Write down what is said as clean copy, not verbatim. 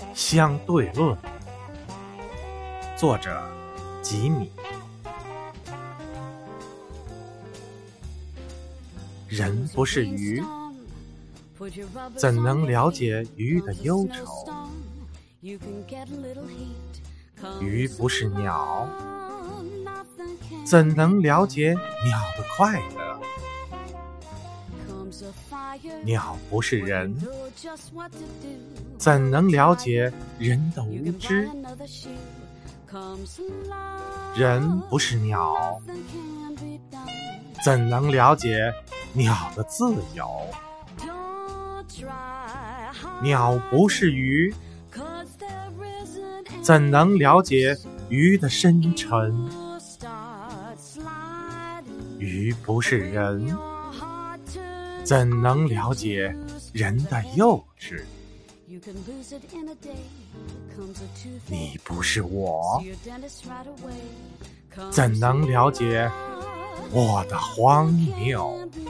相对论，作者吉米。人不是鱼，怎能了解鱼的忧愁？鱼不是鸟，怎能了解鸟的快乐？鸟不是人，怎能了解人的无知？人不是鸟，怎能了解鸟的自由？鸟不是鱼，怎能了解鱼的深沉？鱼不是人，怎能了解人的幼稚？你不是我，怎能了解我的荒谬？